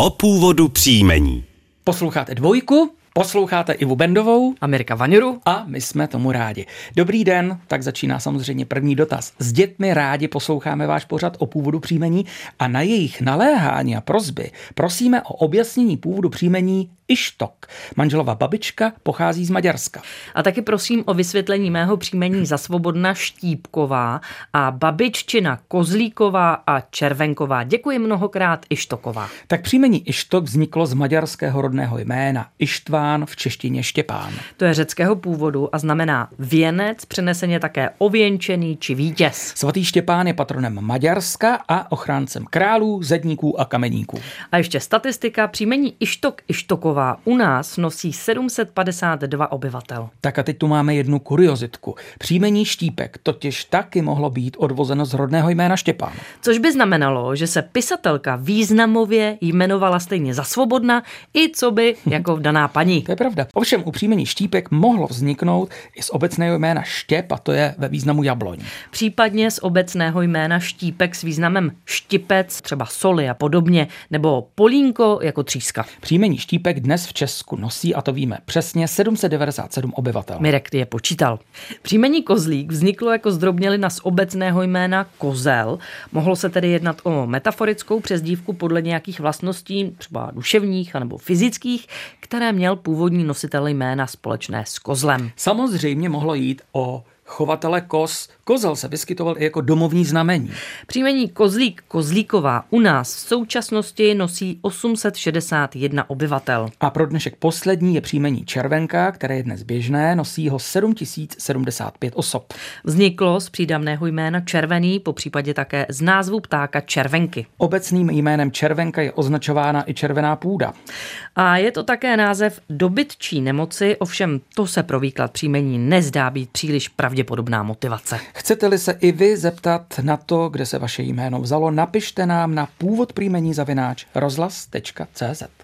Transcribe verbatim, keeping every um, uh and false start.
O původu příjmení. Posloucháte Dvojku, posloucháte Ivu Bendovou a Mirka Vaňuru a my jsme tomu rádi. Dobrý den, tak začíná samozřejmě první dotaz. S dětmi rádi posloucháme váš pořad o původu příjmení a na jejich naléhání a prosby prosíme o objasnění původu příjmení Ištok. Manželova babička pochází z Maďarska. A taky prosím o vysvětlení mého příjmení za Svobodna Štípková a babiččina Kozlíková a Červenková. Děkuji mnohokrát, Ištoková. Tak příjmení Ištok vzniklo z maďarského rodného jména Ištván, v češtině Štěpán. To je řeckého původu a znamená věnec, přeneseně také ověnčený či vítěz. Svatý Štěpán je patronem Maďarska a ochráncem králů, zedníků a kameníků. A ještě statistika, příjmení Ištok Ištoková u nás nosí sedm set padesát dva obyvatel. Tak a teď tu máme jednu kuriozitku. Příjmení Štípek totiž taky mohlo být odvozeno z rodného jména Štěpán. Což by znamenalo, že se pisatelka významově jmenovala stejně za Svobodna i co by jako vdaná paní. To je pravda. Ovšem u příjmení Štípek mohlo vzniknout i z obecného jména Štěp, a to je ve významu jabloň. Případně z obecného jména Štípek s významem štipec, třeba soli a podobně, nebo polínko jako tříska. Příjmení Štípek dnes v Česku nosí, a to víme přesně, sedm set devadesát sedm obyvatel. Mirek je počítal. Příjmení Kozlík vzniklo jako zdrobnělina z obecného jména kozel. Mohlo se tedy jednat o metaforickou přezdívku podle nějakých vlastností, třeba duševních nebo fyzických, které měl původní nositel jména společné s kozlem. Samozřejmě mohlo jít o chovatele koz. Kozel se vyskytoval i jako domovní znamení. Příjmení Kozlík Kozlíková u nás v současnosti nosí osm set šedesát jedna obyvatel. A pro dnešek poslední je příjmení Červenka, které je dnes běžné, nosí ho sedm tisíc sedmdesát pět osob. Vzniklo z přídavného jména červený, po případě také z názvu ptáka červenky. Obecným jménem Červenka je označována i červená půda. A je to také název dobytčí nemoci, ovšem to se pro výklad příjmení nezdá být příliš pravděpodobná motivace. Chcete-li se i vy zeptat na to, kde se vaše jméno vzalo, napište nám na původ příjmení zavináč rozhlas tečka cé zet.